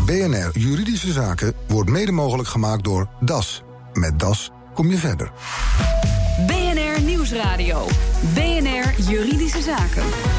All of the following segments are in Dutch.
BNR Juridische Zaken wordt mede mogelijk gemaakt door DAS. Met DAS kom je verder. BNR Nieuwsradio. BNR Juridische Zaken.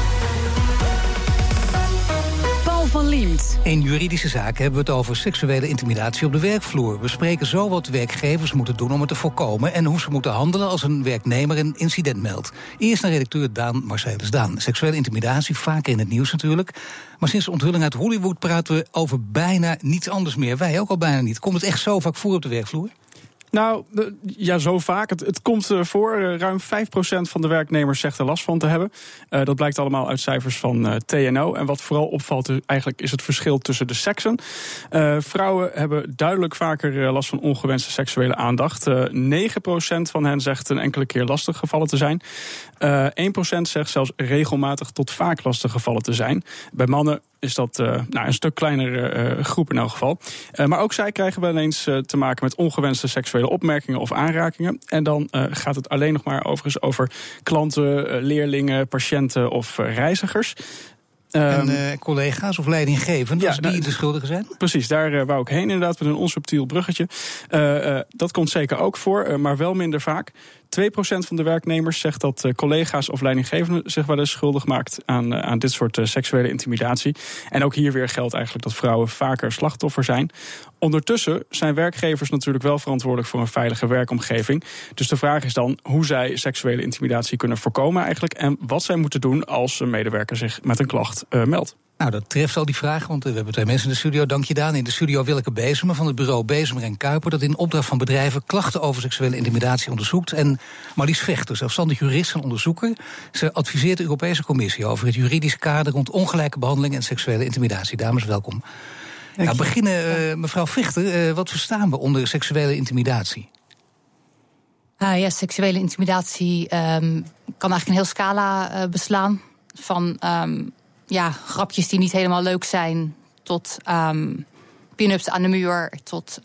Paul van Liemt. In Juridische Zaken hebben we het over seksuele intimidatie op de werkvloer. We spreken zo wat werkgevers moeten doen om het te voorkomen en hoe ze moeten handelen als een werknemer een incident meldt. Eerst naar redacteur Daan Marcellus. Daan, seksuele intimidatie, vaker in het nieuws natuurlijk. Maar sinds de onthulling uit Hollywood praten we over bijna niets anders meer. Wij ook al bijna niet. Komt het echt zo vaak voor op de werkvloer? Nou, ja, zo vaak. Het komt voor. Ruim 5% van de werknemers zegt er last van te hebben. Dat blijkt allemaal uit cijfers van TNO. En wat vooral opvalt eigenlijk is het verschil tussen de seksen. Vrouwen hebben duidelijk vaker last van ongewenste seksuele aandacht. 9% van hen zegt een enkele keer lastig gevallen te zijn. 1% zegt zelfs regelmatig tot vaak lastig gevallen te zijn. Bij mannen is dat een stuk kleinere groep in elk geval. Maar ook zij krijgen wel eens te maken met ongewenste seksuele opmerkingen of aanrakingen. En dan gaat het alleen nog maar overigens over klanten, leerlingen, patiënten of reizigers. En collega's of leidinggevenden, als die de schuldigen zijn? Precies, daar wou ik heen inderdaad met een onsubtiel bruggetje. Dat komt zeker ook voor, maar wel minder vaak. 2% van de werknemers zegt dat collega's of leidinggevenden zich wel eens schuldig maakt aan dit soort seksuele intimidatie. En ook hier weer geldt eigenlijk dat vrouwen vaker slachtoffer zijn. Ondertussen zijn werkgevers natuurlijk wel verantwoordelijk voor een veilige werkomgeving. Dus de vraag is dan hoe zij seksuele intimidatie kunnen voorkomen eigenlijk. En wat zij moeten doen als een medewerker zich met een klacht meldt. Nou, dat treft al die vragen, want we hebben 2 mensen in de studio. Dank je, Daan. In de studio Willeke Bezemer van het bureau Bezemer en Kuiper, dat in opdracht van bedrijven klachten over seksuele intimidatie onderzoekt. En Marlies Vechter, zelfstandig jurist en onderzoeker. Ze adviseert de Europese Commissie over het juridische kader rond ongelijke behandeling en seksuele intimidatie. Dames, welkom. Nou, beginnen, mevrouw Vechter, wat verstaan we onder seksuele intimidatie? Seksuele intimidatie kan eigenlijk een heel scala beslaan. Van grapjes die niet helemaal leuk zijn, tot pin-ups aan de muur, tot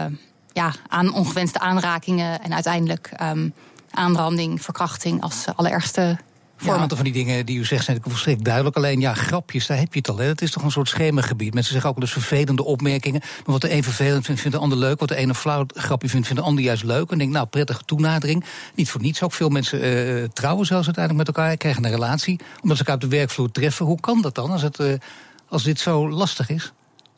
aan ongewenste aanrakingen en uiteindelijk aanranding, verkrachting als allerergste vormen. Ja, een aantal van die dingen die u zegt zijn volstrekt duidelijk. Alleen grapjes, daar heb je het al. Hè. Het is toch een soort schemergebied. Mensen zeggen ook wel eens vervelende opmerkingen. Maar wat de een vervelend vindt, vindt de ander leuk. Wat de een een flauw grapje vindt, vindt de ander juist leuk. En denk, prettige toenadering. Niet voor niets. Ook veel mensen trouwen zelfs uiteindelijk met elkaar. Krijgen een relatie, omdat ze elkaar op de werkvloer treffen. Hoe kan dat dan, als dit zo lastig is?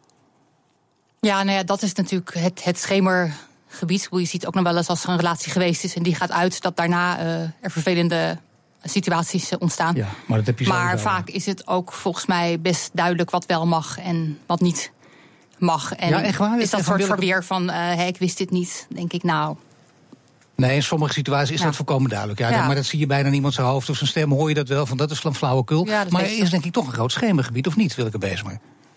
Ja, dat is natuurlijk het schemergebied. Je ziet ook nog wel eens als er een relatie geweest is en die gaat uit, dat daarna er vervelende situaties ontstaan. Ja, maar dat heb je maar vaak is het ook volgens mij best duidelijk wat wel mag en wat niet mag. En ja, echt waar? Is dat soort verweer van ik wist dit niet, denk ik nou. Nee, in sommige situaties is dat volkomen duidelijk. Ja. Maar dat zie je bijna niemand zijn hoofd of zijn stem, hoor je dat wel, van dat is flauwekul. Ja, maar er is denk ik toch een groot schemergebied, of niet, Willeke Bezemer?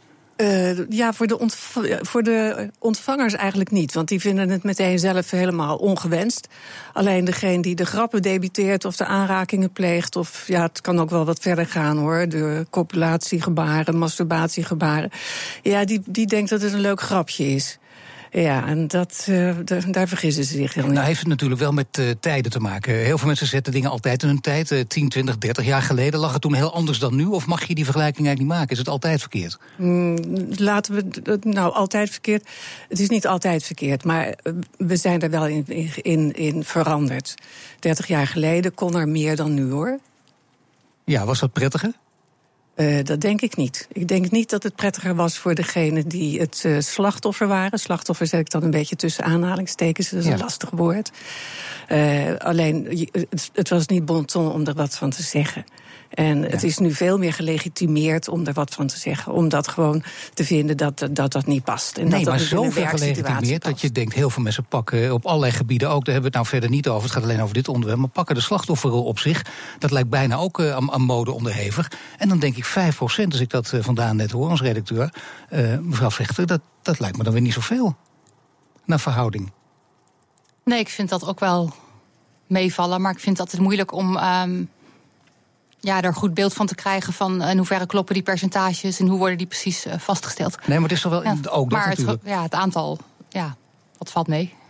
Voor de ontvangers eigenlijk niet. Want die vinden het meteen zelf helemaal ongewenst. Alleen degene die de grappen debiteert of de aanrakingen pleegt, of het kan ook wel wat verder gaan hoor. De copulatiegebaren, masturbatiegebaren. Ja, die denkt dat het een leuk grapje is. Ja, en daar vergissen ze zich heel. Nou heeft het natuurlijk wel met tijden te maken. Heel veel mensen zetten dingen altijd in hun tijd. 10, 20, 30 jaar geleden lag het toen heel anders dan nu. Of mag je die vergelijking eigenlijk niet maken? Is het altijd verkeerd? Laten we het altijd verkeerd. Het is niet altijd verkeerd, maar we zijn er wel in veranderd. 30 jaar geleden kon er meer dan nu, hoor. Ja, was dat prettiger? Dat denk ik niet. Ik denk niet dat het prettiger was voor degenen die het slachtoffer waren. Slachtoffer zet ik dan een beetje tussen aanhalingstekens, dat is een lastig woord. Alleen, het was niet bon ton om er wat van te zeggen. En het is nu veel meer gelegitimeerd om er wat van te zeggen. Om dat gewoon te vinden dat niet past. En maar zoveel gelegitimeerd dat je denkt, heel veel mensen pakken op allerlei gebieden ook, daar hebben we het nou verder niet over, het gaat alleen over dit onderwerp, maar pakken de slachtofferrol op zich. Dat lijkt bijna ook aan mode onderhevig. En dan denk ik 5%, als ik dat vandaan net hoor als redacteur, mevrouw Vechter, dat lijkt me dan weer niet zoveel. Naar verhouding. Nee, ik vind dat ook wel meevallen, maar ik vind het altijd moeilijk om er een goed beeld van te krijgen van in hoeverre kloppen die percentages en hoe worden die precies vastgesteld. Nee, maar het is toch wel ook dat maar natuurlijk. Het aantal, dat valt mee.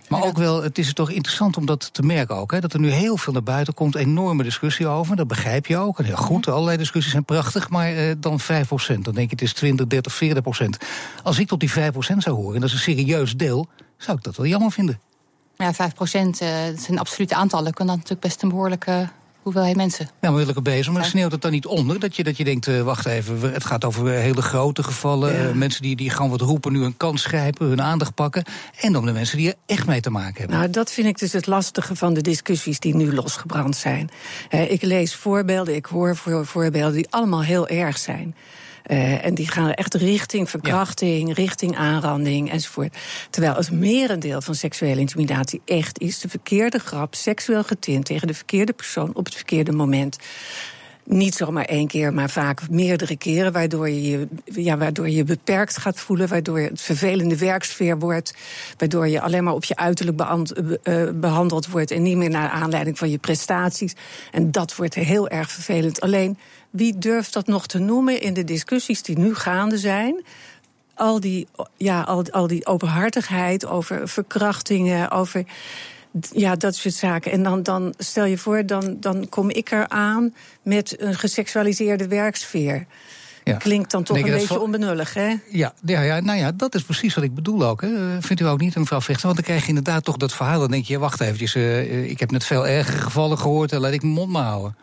Maar ook wel, het is toch interessant om dat te merken ook. Hè? Dat er nu heel veel naar buiten komt, enorme discussie over. Dat begrijp je ook. En heel goed, allerlei discussies zijn prachtig. Maar dan 5%. Dan denk je, het is 20, 30, 40%. Als ik tot die 5% zou horen, en dat is een serieus deel, zou ik dat wel jammer vinden. Ja, 5%, dat zijn absolute aantallen. Kan dat natuurlijk best een behoorlijke hoeveelheid mensen. Ja, maar Willeke Bezem, maar sneeuwt het dan niet onder? Dat je denkt, wacht even, het gaat over hele grote gevallen. Ja. Mensen die gewoon wat roepen, nu een kans grijpen, hun aandacht pakken. En dan de mensen die er echt mee te maken hebben. Nou, dat vind ik dus het lastige van de discussies die nu losgebrand zijn. Ik lees voorbeelden, ik hoor voorbeelden die allemaal heel erg zijn. En die gaan echt richting verkrachting, richting aanranding enzovoort. Terwijl het merendeel van seksuele intimidatie echt is de verkeerde grap, seksueel getint tegen de verkeerde persoon op het verkeerde moment. Niet zomaar 1 keer, maar vaak meerdere keren, waardoor je je beperkt gaat voelen, waardoor het vervelende werksfeer wordt, waardoor je alleen maar op je uiterlijk behandeld wordt en niet meer naar aanleiding van je prestaties. En dat wordt heel erg vervelend. Alleen, wie durft dat nog te noemen in de discussies die nu gaande zijn? Al die openhartigheid over verkrachtingen, over dat soort zaken. En dan stel je voor, dan kom ik eraan met een geseksualiseerde werksfeer. Ja. Klinkt dan toch een beetje onbenullig, hè? Ja, nou ja, dat is precies wat ik bedoel ook. Hè. Vindt u ook niet, mevrouw Vechter? Want dan krijg je inderdaad toch dat verhaal. Dan denk je, wacht eventjes, ik heb net veel ergere gevallen gehoord, laat ik mijn mond maar houden.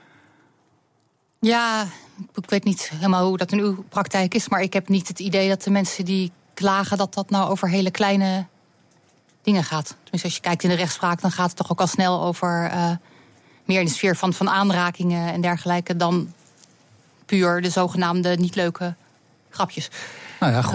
Ja, ik weet niet helemaal hoe dat in uw praktijk is, maar ik heb niet het idee dat de mensen die klagen dat nou over hele kleine dingen gaat. Tenminste, als je kijkt in de rechtspraak, dan gaat het toch ook al snel over meer in de sfeer van aanrakingen en dergelijke dan puur de zogenaamde niet leuke grapjes. Nou ja, goed,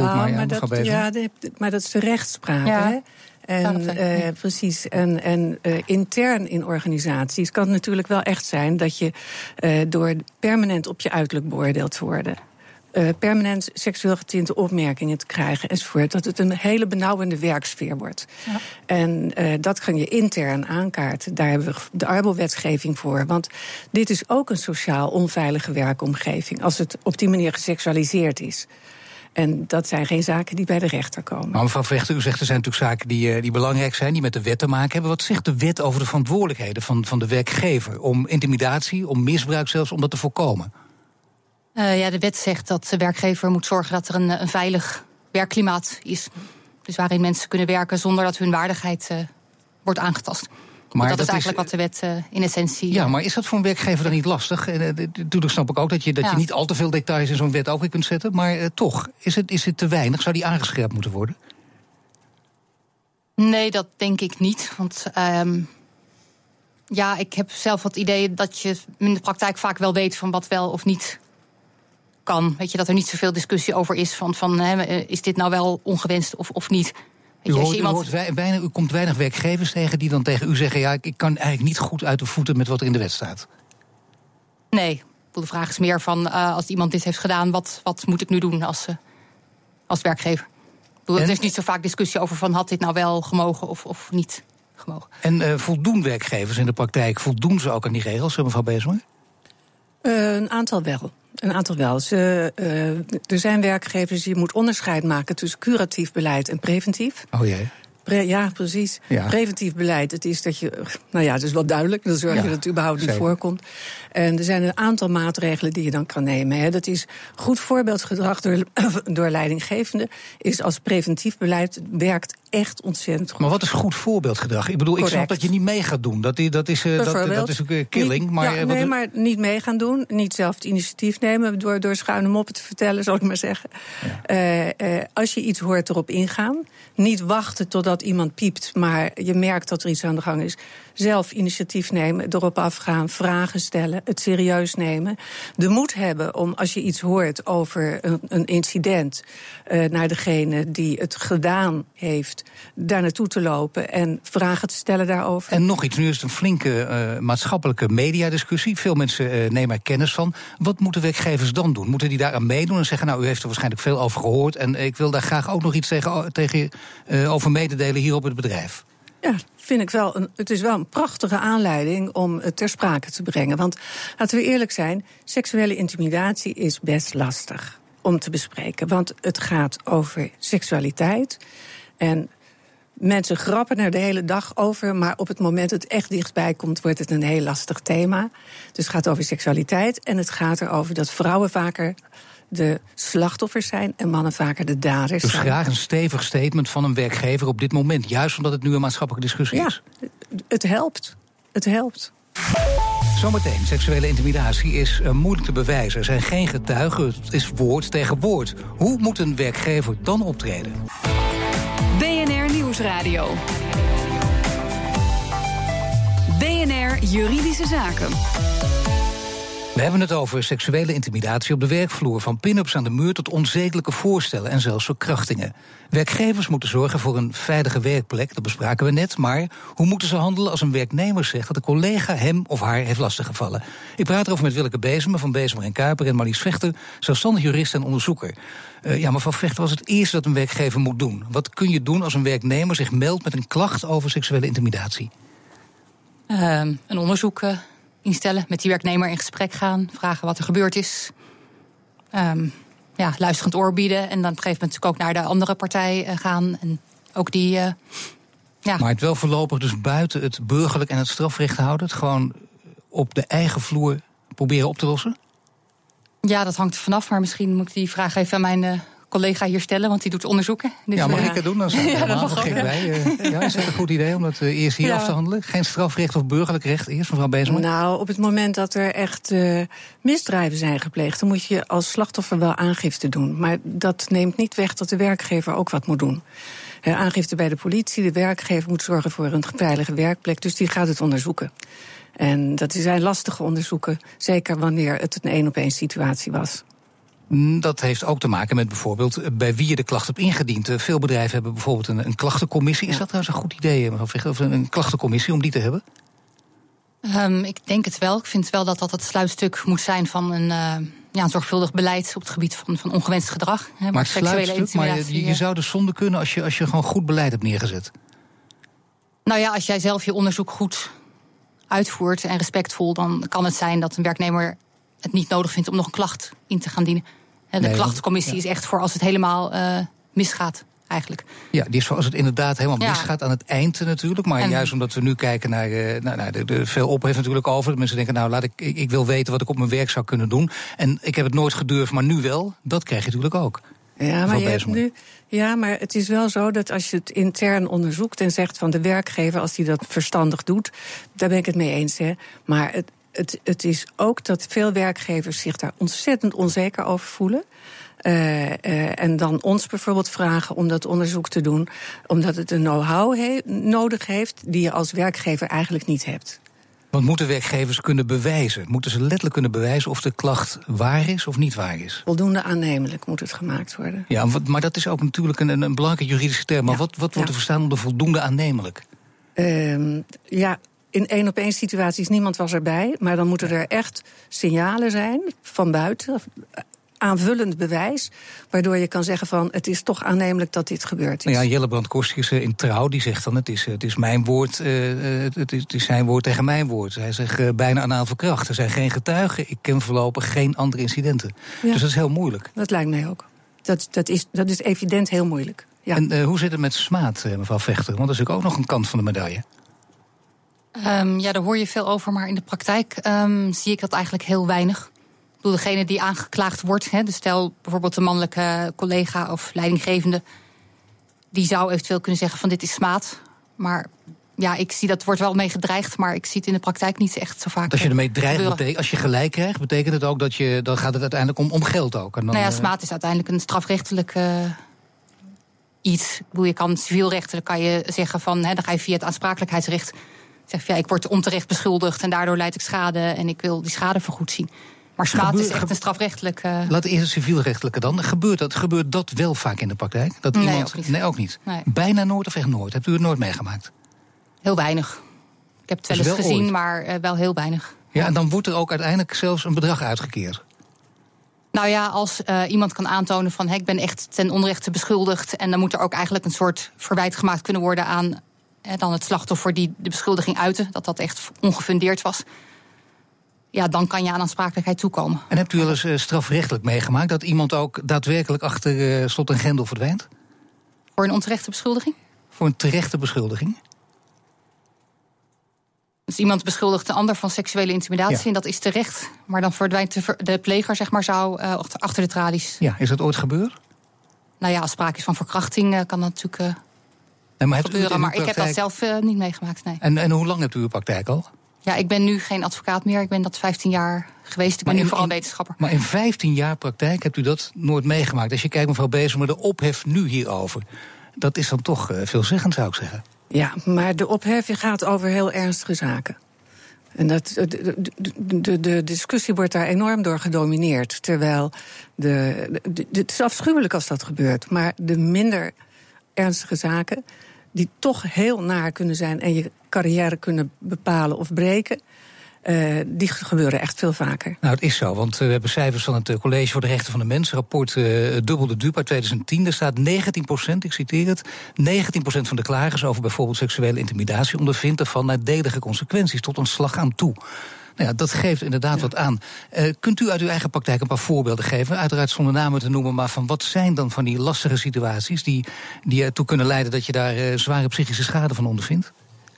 maar dat is de rechtspraak, hè? En precies. En intern in organisaties kan het natuurlijk wel echt zijn dat je door permanent op je uiterlijk beoordeeld te worden, permanent seksueel getinte opmerkingen te krijgen enzovoort, dat het een hele benauwende werksfeer wordt. Ja. En dat kan je intern aankaarten. Daar hebben we de arbowetgeving voor. Want dit is ook een sociaal onveilige werkomgeving als het op die manier geseksualiseerd is. En dat zijn geen zaken die bij de rechter komen. Maar mevrouw Vechter, u zegt er zijn natuurlijk zaken die belangrijk zijn, die met de wet te maken hebben. Wat zegt de wet over de verantwoordelijkheden van de werkgever om intimidatie, om misbruik zelfs, om dat te voorkomen? De wet zegt dat de werkgever moet zorgen dat er een veilig werkklimaat is. Dus waarin mensen kunnen werken zonder dat hun waardigheid wordt aangetast. Maar dat is eigenlijk wat de wet in essentie... Ja, maar is dat voor een werkgever dan niet lastig? Toen snap ik ook dat je niet al te veel details in zo'n wet ook weer kunt zetten. Maar toch, is het te weinig? Zou die aangescherpt moeten worden? Nee, dat denk ik niet. Want ik heb zelf het idee dat je in de praktijk vaak wel weet van wat wel of niet kan. Weet je, dat er niet zoveel discussie over is van is dit nou wel ongewenst of niet. U komt weinig werkgevers tegen die dan tegen u zeggen, ik kan eigenlijk niet goed uit de voeten met wat er in de wet staat. Nee, de vraag is meer van als iemand dit heeft gedaan, wat moet ik nu doen als werkgever? Er is niet zo vaak discussie over van had dit nou wel gemogen of niet gemogen. En voldoen werkgevers in de praktijk, voldoen ze ook aan die regels, mevrouw Bezemer? Een aantal wel. Er zijn werkgevers die moeten onderscheid maken tussen curatief beleid en preventief. Oh jee. Ja, precies. Ja. Preventief beleid, het is dat je... het is wel duidelijk, dan zorg je dat het überhaupt niet voorkomt. En er zijn een aantal maatregelen die je dan kan nemen. Hè. Dat is goed voorbeeldgedrag door leidinggevenden, is als preventief beleid werkt echt ontzettend goed. Maar wat is goed voorbeeldgedrag? Ik bedoel, Correct. Ik snap dat je niet mee gaat doen. Dat is ook killing. Maar niet mee gaan doen. Niet zelf het initiatief nemen door schuine moppen te vertellen, zal ik maar zeggen. Ja. Als je iets hoort, erop ingaan. Niet wachten totdat iemand piept, maar je merkt dat er iets aan de gang is. Zelf initiatief nemen, erop afgaan, vragen stellen, het serieus nemen. De moed hebben om, als je iets hoort over een incident, naar degene die het gedaan heeft, daar naartoe te lopen en vragen te stellen daarover. En nog iets, nu is het een flinke maatschappelijke mediadiscussie. Veel mensen nemen er kennis van. Wat moeten werkgevers dan doen? Moeten die daaraan meedoen en zeggen, u heeft er waarschijnlijk veel over gehoord en ik wil daar graag ook nog iets tegen over mededelen hier op het bedrijf? Ja, vind ik wel. Het is wel een prachtige aanleiding om het ter sprake te brengen. Want laten we eerlijk zijn, seksuele intimidatie is best lastig om te bespreken. Want het gaat over seksualiteit. En Mensen grappen er de hele dag over, maar op het moment dat het echt dichtbij komt, wordt het een heel lastig thema. Dus het gaat over seksualiteit en het gaat erover dat vrouwen vaker de slachtoffers zijn en mannen vaker de daders dus zijn. Dus graag een stevig statement van een werkgever op dit moment, juist omdat het nu een maatschappelijke discussie is. Het helpt. Het helpt. Zometeen, seksuele intimidatie is moeilijk te bewijzen. Er zijn geen getuigen, het is woord tegen woord. Hoe moet een werkgever dan optreden? BNR Nieuwsradio. BNR Juridische Zaken. We hebben het over seksuele intimidatie op de werkvloer. Van pin-ups aan de muur tot onzedelijke voorstellen en zelfs verkrachtingen. Werkgevers moeten zorgen voor een veilige werkplek, dat bespraken we net. Maar hoe moeten ze handelen als een werknemer zegt dat een collega hem of haar heeft lastiggevallen? Ik praat erover met Willeke Bezemer van Bezemer en Kuiper en Marlies Vechter, zelfstandig jurist en onderzoeker. Mevrouw Vechter, wat is het eerste dat een werkgever moet doen? Wat kun je doen als een werknemer zich meldt met een klacht over seksuele intimidatie? Een onderzoek instellen, met die werknemer in gesprek gaan, vragen wat er gebeurd is. Luisterend oor bieden en dan op een gegeven moment natuurlijk ook naar de andere partij gaan. En ook die. Maar het wel voorlopig dus buiten het burgerlijk en het strafrecht houden? Het gewoon op de eigen vloer proberen op te lossen? Ja, dat hangt er vanaf, maar misschien moet ik die vraag even aan mijn collega hier stellen, want die doet onderzoeken. Dus mag ik het doen? Dan zijn we dat gek bij. Is dat een goed idee om dat eerst hier af te handelen? Geen strafrecht of burgerlijk recht eerst, mevrouw Bezemer? Nou, op het moment dat er echt misdrijven zijn gepleegd, dan moet je als slachtoffer wel aangifte doen. Maar dat neemt niet weg dat de werkgever ook wat moet doen. Aangifte bij de politie, de werkgever moet zorgen voor een veilige werkplek, dus die gaat het onderzoeken. En dat zijn lastige onderzoeken, zeker wanneer het een 1-op-1 situatie was. Dat heeft ook te maken met bijvoorbeeld bij wie je de klacht hebt ingediend. Veel bedrijven hebben bijvoorbeeld een klachtencommissie. Is dat trouwens een goed idee, mevrouw Vechter, of een klachtencommissie om die te hebben? Ik denk het wel. Ik vind wel dat het sluitstuk moet zijn van een zorgvuldig beleid op het gebied van ongewenst gedrag. Maar het sluitstuk, je zou dus zonde kunnen als je gewoon goed beleid hebt neergezet. Nou ja, als jij zelf je onderzoek goed uitvoert en respectvol, dan kan het zijn dat een werknemer het niet nodig vindt om nog een klacht in te gaan dienen. De klachtencommissie is echt voor als het helemaal misgaat, eigenlijk. Ja, die is voor als het inderdaad helemaal misgaat aan het eind natuurlijk. Maar juist omdat we nu kijken naar de veel ophef natuurlijk over. Dat mensen denken, ik wil weten wat ik op mijn werk zou kunnen doen. En ik heb het nooit gedurfd, maar nu wel. Dat krijg je natuurlijk ook. Maar het is wel zo dat als je het intern onderzoekt en zegt van de werkgever, als die dat verstandig doet, daar ben ik het mee eens. Maar het is ook dat veel werkgevers zich daar ontzettend onzeker over voelen. En dan ons bijvoorbeeld vragen om dat onderzoek te doen, omdat het een know-how nodig heeft die je als werkgever eigenlijk niet hebt. Want moeten werkgevers kunnen bewijzen? Moeten ze letterlijk kunnen bewijzen of de klacht waar is of niet waar is? Voldoende aannemelijk moet het gemaakt worden. Ja, maar dat is ook natuurlijk een belangrijke juridische term. Maar wat wordt er verstaan onder voldoende aannemelijk? In 1-op-1 situaties, niemand was erbij. Maar dan moeten er echt signalen zijn van buiten, aanvullend bewijs, waardoor je kan zeggen van het is toch aannemelijk dat dit gebeurd is. Jelle Brand-Korstius in Trouw, die zegt dan het is mijn woord, het is zijn woord tegen mijn woord. Hij zegt bijna anaal verkracht. Er zijn geen getuigen, ik ken voorlopig geen andere incidenten. Ja. Dus dat is heel moeilijk. Dat lijkt mij ook. Dat is evident heel moeilijk. Ja. En hoe zit het met smaad, mevrouw Vechter? Want dat is natuurlijk ook nog een kant van de medaille. Daar hoor je veel over, maar in de praktijk zie ik dat eigenlijk heel weinig. Ik bedoel, degene die aangeklaagd wordt, dus stel bijvoorbeeld de mannelijke collega of leidinggevende, die zou eventueel kunnen zeggen van dit is smaad. Maar ik zie dat wordt wel mee gedreigd, maar ik zie het in de praktijk niet echt zo vaak. Als je ermee dreigt, als je gelijk krijgt, betekent het ook dan gaat het uiteindelijk om geld ook. En dan, smaad is uiteindelijk een strafrechtelijk iets. Ik bedoel, je kan civielrechten, dan kan je zeggen van dan ga je via het aansprakelijkheidsrecht. Zeg ik word onterecht beschuldigd en daardoor lijd ik schade en ik wil die schade vergoed zien. Maar smaad is echt een strafrechtelijk. Laat eerst het civielrechtelijke dan. Gebeurt dat wel vaak in de praktijk? Dat iemand, ook niet. Nee. Bijna nooit of echt nooit? Hebt u het nooit meegemaakt? Heel weinig. Ik heb het wel eens gezien, ooit, maar wel heel weinig. Ja, en dan wordt er ook uiteindelijk zelfs een bedrag uitgekeerd. Als iemand kan aantonen van ik ben echt ten onrechte beschuldigd, en dan moet er ook eigenlijk een soort verwijt gemaakt kunnen worden aan dan het slachtoffer die de beschuldiging uitte, dat echt ongefundeerd was. Ja, dan kan je aan aansprakelijkheid toekomen. En hebt u wel eens strafrechtelijk meegemaakt dat iemand ook daadwerkelijk achter slot en grendel verdwijnt? Voor een onterechte beschuldiging? Voor een terechte beschuldiging? Dus iemand beschuldigt de ander van seksuele intimidatie en dat is terecht. Maar dan verdwijnt de pleger, zeg maar, zou achter de tralies. Ja, is dat ooit gebeurd? Nou ja, als sprake is van verkrachting kan dat natuurlijk maar gebeuren. Maar ik heb dat zelf niet meegemaakt, nee. En hoe lang hebt u uw praktijk al? Ja, ik ben nu geen advocaat meer. Ik ben dat 15 jaar geweest. Ik ben nu vooral wetenschapper. Maar in 15 jaar praktijk hebt u dat nooit meegemaakt. Als je kijkt, mevrouw Bezemer, de ophef nu hierover. Dat is dan toch veelzeggend, zou ik zeggen. Ja, maar de ophef gaat over heel ernstige zaken. En de discussie wordt daar enorm door gedomineerd. Terwijl het is afschuwelijk als dat gebeurt. Maar de minder ernstige zaken, die toch heel naar kunnen zijn en je carrière kunnen bepalen of breken, die gebeuren echt veel vaker. Nou, het is zo, want we hebben cijfers van het College voor de Rechten van de Mens, rapport Dubbel de Dupe uit 2010. Daar staat 19%, ik citeer het, 19% van de klagers over bijvoorbeeld seksuele intimidatie ondervindt ervan nadelige consequenties tot ontslag aan toe. Nou ja, dat geeft inderdaad wat aan. Kunt u uit uw eigen praktijk een paar voorbeelden geven? Uiteraard zonder namen te noemen, maar van wat zijn dan van die lastige situaties die ertoe kunnen leiden dat je daar zware psychische schade van ondervindt?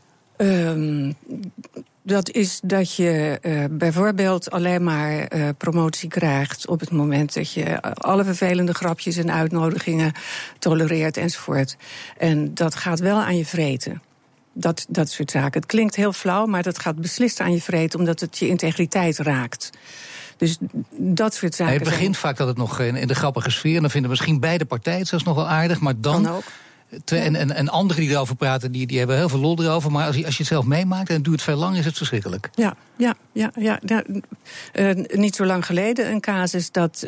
Dat is dat je bijvoorbeeld alleen maar promotie krijgt op het moment dat je alle vervelende grapjes en uitnodigingen tolereert enzovoort. En dat gaat wel aan je vreten. Dat soort zaken. Het klinkt heel flauw, maar dat gaat beslist aan je vreten omdat het je integriteit raakt. Dus dat soort zaken. Het begint vaak dat het nog in de grappige sfeer, en dan vinden misschien beide partijen het zelfs nog wel aardig, maar dan ook. En anderen die erover praten, die hebben heel veel lol erover. Maar als je het zelf meemaakt en het duurt veel lang, is het verschrikkelijk. Ja. Niet zo lang geleden een casus dat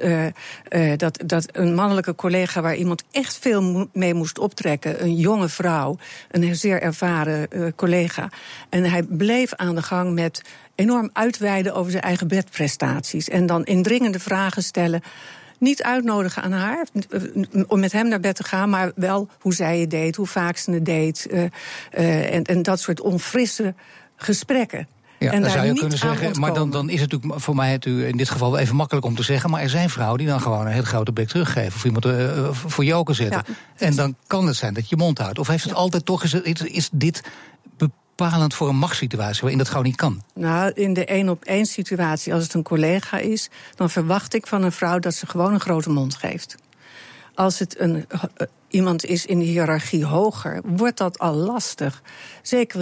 een mannelijke collega waar iemand echt veel mee moest optrekken, een jonge vrouw, een zeer ervaren collega. En hij bleef aan de gang met enorm uitweiden over zijn eigen bedprestaties. En dan indringende vragen stellen. Niet uitnodigen aan haar om met hem naar bed te gaan, maar wel hoe zij het deed, hoe vaak ze het deed. En dat soort onfrisse gesprekken. Ja, en dan zou je kunnen zeggen, zeggen, maar dan is het natuurlijk voor mij in dit geval wel even makkelijk om te zeggen, maar er zijn vrouwen die dan gewoon een hele grote bek teruggeven of iemand voor joker zetten. Ja, en dan kan het zijn dat je mond houdt. Of heeft het altijd toch, is dit bepalend voor een machtssituatie waarin dat gewoon niet kan? Nou, in de 1-op-1 situatie, als het een collega is, dan verwacht ik van een vrouw dat ze gewoon een grote mond geeft. Als het iemand is in de hiërarchie hoger, wordt dat al lastig. Zeker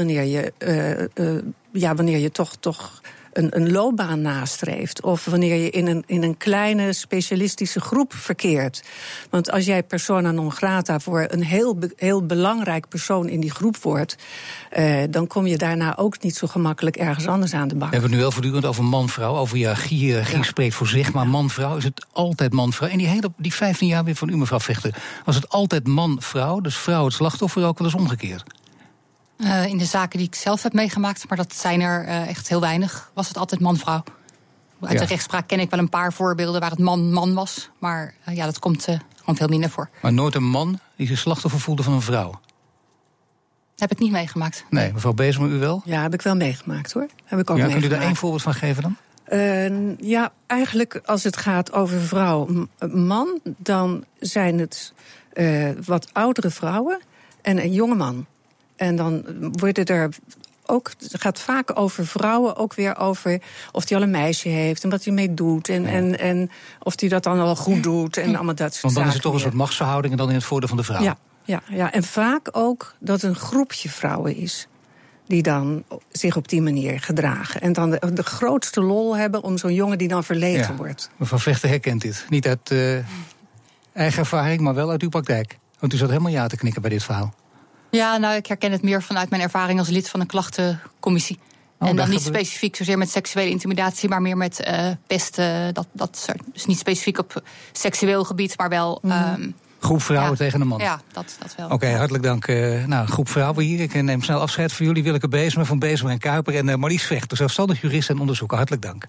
wanneer je toch een loopbaan nastreeft. Of wanneer je in een kleine specialistische groep verkeert. Want als jij persona non grata voor een heel belangrijk persoon in die groep wordt, dan kom je daarna ook niet zo gemakkelijk ergens anders aan de bak. We hebben het nu wel voortdurend over man-vrouw, over hiërarchie spreekt voor zich, maar man-vrouw, is het altijd man-vrouw? En die 15 jaar weer van u, mevrouw Vechter, was het altijd man-vrouw, dus vrouw het slachtoffer, ook wel eens omgekeerd? In de zaken die ik zelf heb meegemaakt, maar dat zijn er echt heel weinig, was het altijd man-vrouw. Uit de rechtspraak ken ik wel een paar voorbeelden waar het man-man was. Maar dat komt gewoon veel minder voor. Maar nooit een man die zich slachtoffer voelde van een vrouw? Heb ik niet meegemaakt. Nee, mevrouw Bezemer, u wel? Ja, heb ik wel meegemaakt hoor. Heb ik ook meegemaakt. Kunt u daar één voorbeeld van geven dan? Eigenlijk als het gaat over vrouw-man, dan zijn het wat oudere vrouwen en een jonge man. En dan worden er ook, het gaat vaak over vrouwen, ook weer over of die al een meisje heeft en wat hij mee doet. En of die dat dan al goed doet en allemaal dat soort zaken. Want dan is het toch een soort machtsverhouding en dan in het voordeel van de vrouw. Ja, en vaak ook dat een groepje vrouwen is die dan zich op die manier gedragen. En dan de grootste lol hebben om zo'n jongen die dan verlegen wordt. Mevrouw Vechter herkent dit. Niet uit eigen ervaring, maar wel uit uw praktijk. Want u zat helemaal ja te knikken bij dit verhaal. Ja, nou, ik herken het meer vanuit mijn ervaring als lid van een klachtencommissie. En dan niet specifiek zozeer met seksuele intimidatie, maar meer met pesten. Dat soort. Dus niet specifiek op seksueel gebied, maar wel groep vrouwen tegen een man. Ja, dat wel. Oké, hartelijk dank. Groep vrouwen hier. Ik neem snel afscheid van jullie. Willeke Bezemer van Bezemer en Kuiper en Marlies Vechter, zelfstandig jurist en onderzoeker. Hartelijk dank.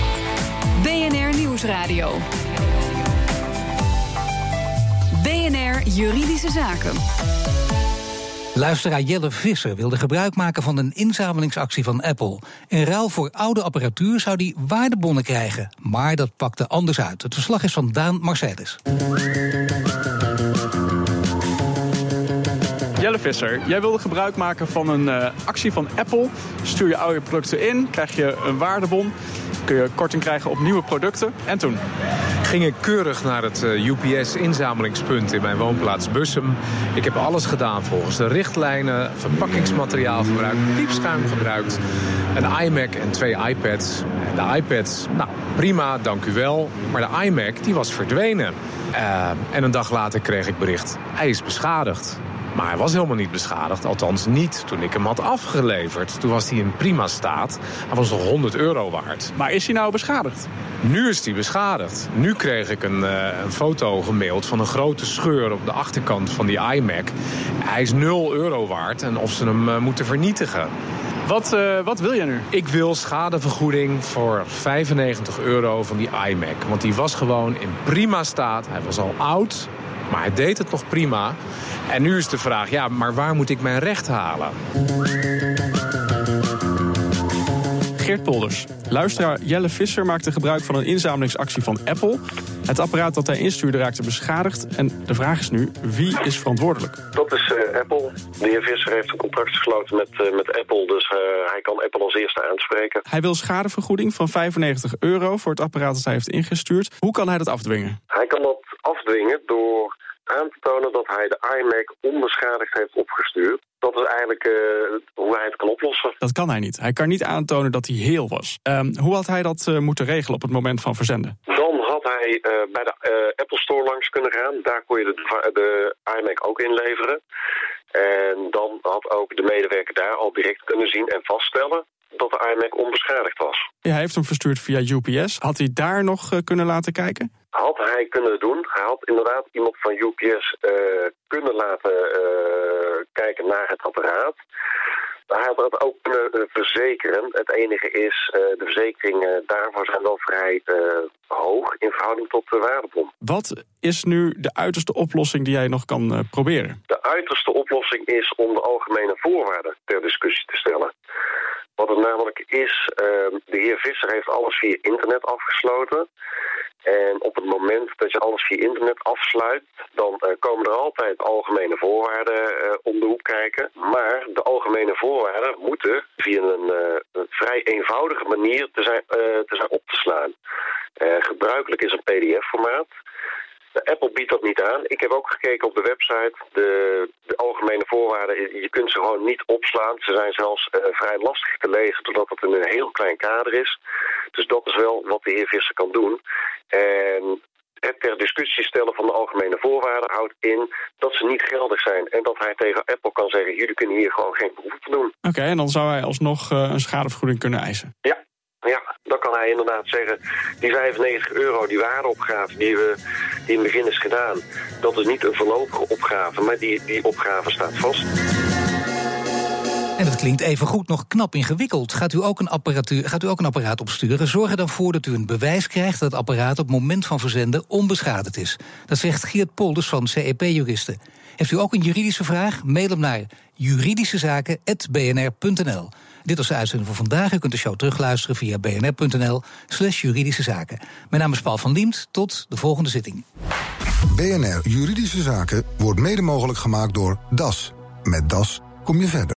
BNR Nieuwsradio. BNR Juridische Zaken. Luisteraar Jelle Visser wilde gebruik maken van een inzamelingsactie van Apple. In ruil voor oude apparatuur zou hij waardebonnen krijgen. Maar dat pakte anders uit. Het verslag is van Daan Marcellus. Jelle Visser, jij wilde gebruik maken van een actie van Apple. Stuur je oude producten in, krijg je een waardebon. Kun je korting krijgen op nieuwe producten. En toen? Ging ik keurig naar het UPS-inzamelingspunt in mijn woonplaats Bussum. Ik heb alles gedaan volgens de richtlijnen. Verpakkingsmateriaal gebruikt, piepschuim gebruikt. Een iMac en 2 iPads. De iPads, nou prima, dank u wel. Maar de iMac, die was verdwenen. En een dag later kreeg ik bericht, hij is beschadigd. Maar hij was helemaal niet beschadigd, althans niet toen ik hem had afgeleverd. Toen was hij in prima staat. Hij was nog €100 waard. Maar is hij nou beschadigd? Nu is hij beschadigd. Nu kreeg ik een foto gemaild van een grote scheur op de achterkant van die iMac. Hij is €0 waard en of ze hem moeten vernietigen. Wat wil je nu? Ik wil schadevergoeding voor €95 van die iMac. Want die was gewoon in prima staat. Hij was al oud, maar hij deed het nog prima. En nu is de vraag, ja, maar waar moet ik mijn recht halen? Geert Polders. Luisteraar Jelle Visser maakte gebruik van een inzamelingsactie van Apple. Het apparaat dat hij instuurde raakte beschadigd. En de vraag is nu, wie is verantwoordelijk? Dat is Apple. De heer Visser heeft een contract gesloten met Apple. Dus hij kan Apple als eerste aanspreken. Hij wil schadevergoeding van €95 voor het apparaat dat hij heeft ingestuurd. Hoe kan hij dat afdwingen? Hij kan dat afdwingen door aan te tonen dat hij de iMac onbeschadigd heeft opgestuurd. Dat is eigenlijk hoe hij het kan oplossen. Dat kan hij niet. Hij kan niet aantonen dat hij heel was. Hoe had hij dat moeten regelen op het moment van verzenden? Dan had hij bij de Apple Store langs kunnen gaan. Daar kon je de iMac ook inleveren. En dan had ook de medewerker daar al direct kunnen zien en vaststellen dat de iMac onbeschadigd was. Ja, hij heeft hem verstuurd via UPS. Had hij daar nog kunnen laten kijken? Had hij kunnen doen. Hij had inderdaad iemand van UPS kunnen laten kijken naar het apparaat. Hij had dat ook kunnen verzekeren. Het enige is, de verzekeringen daarvoor zijn wel vrij hoog in verhouding tot de waardebon. Wat is nu de uiterste oplossing die jij nog kan proberen? De uiterste oplossing is om de algemene voorwaarden ter discussie te stellen. Wat het namelijk is, de heer Visser heeft alles via internet afgesloten. En op het moment dat je alles via internet afsluit, dan komen er altijd algemene voorwaarden om de hoek kijken. Maar de algemene voorwaarden moeten via een vrij eenvoudige manier te zijn op te slaan. Gebruikelijk is een PDF-formaat. Apple biedt dat niet aan. Ik heb ook gekeken op de website. De algemene voorwaarden, je kunt ze gewoon niet opslaan. Ze zijn zelfs vrij lastig te lezen, doordat het in een heel klein kader is. Dus dat is wel wat de heer Visser kan doen. En het ter discussie stellen van de algemene voorwaarden houdt in dat ze niet geldig zijn. En dat hij tegen Apple kan zeggen, jullie kunnen hier gewoon geen beroep op doen. Oké, en dan zou hij alsnog een schadevergoeding kunnen eisen? Ja, dan kan hij inderdaad zeggen, die €95, die waardeopgave die in het begin is gedaan, dat is niet een voorlopige opgave, maar die opgave staat vast. En dat klinkt even goed nog knap ingewikkeld. Gaat u ook een apparaat opsturen? Zorg er dan voor dat u een bewijs krijgt dat het apparaat op het moment van verzenden onbeschadigd is. Dat zegt Geert Polders van CEP Juristen. Heeft u ook een juridische vraag? Mail hem naar juridischezaken@bnr.nl. Dit was de uitzending voor vandaag. U kunt de show terugluisteren via bnr.nl/juridische zaken. Mijn naam is Paul van Liemt. Tot de volgende zitting. BNR Juridische Zaken wordt mede mogelijk gemaakt door DAS. Met DAS kom je verder.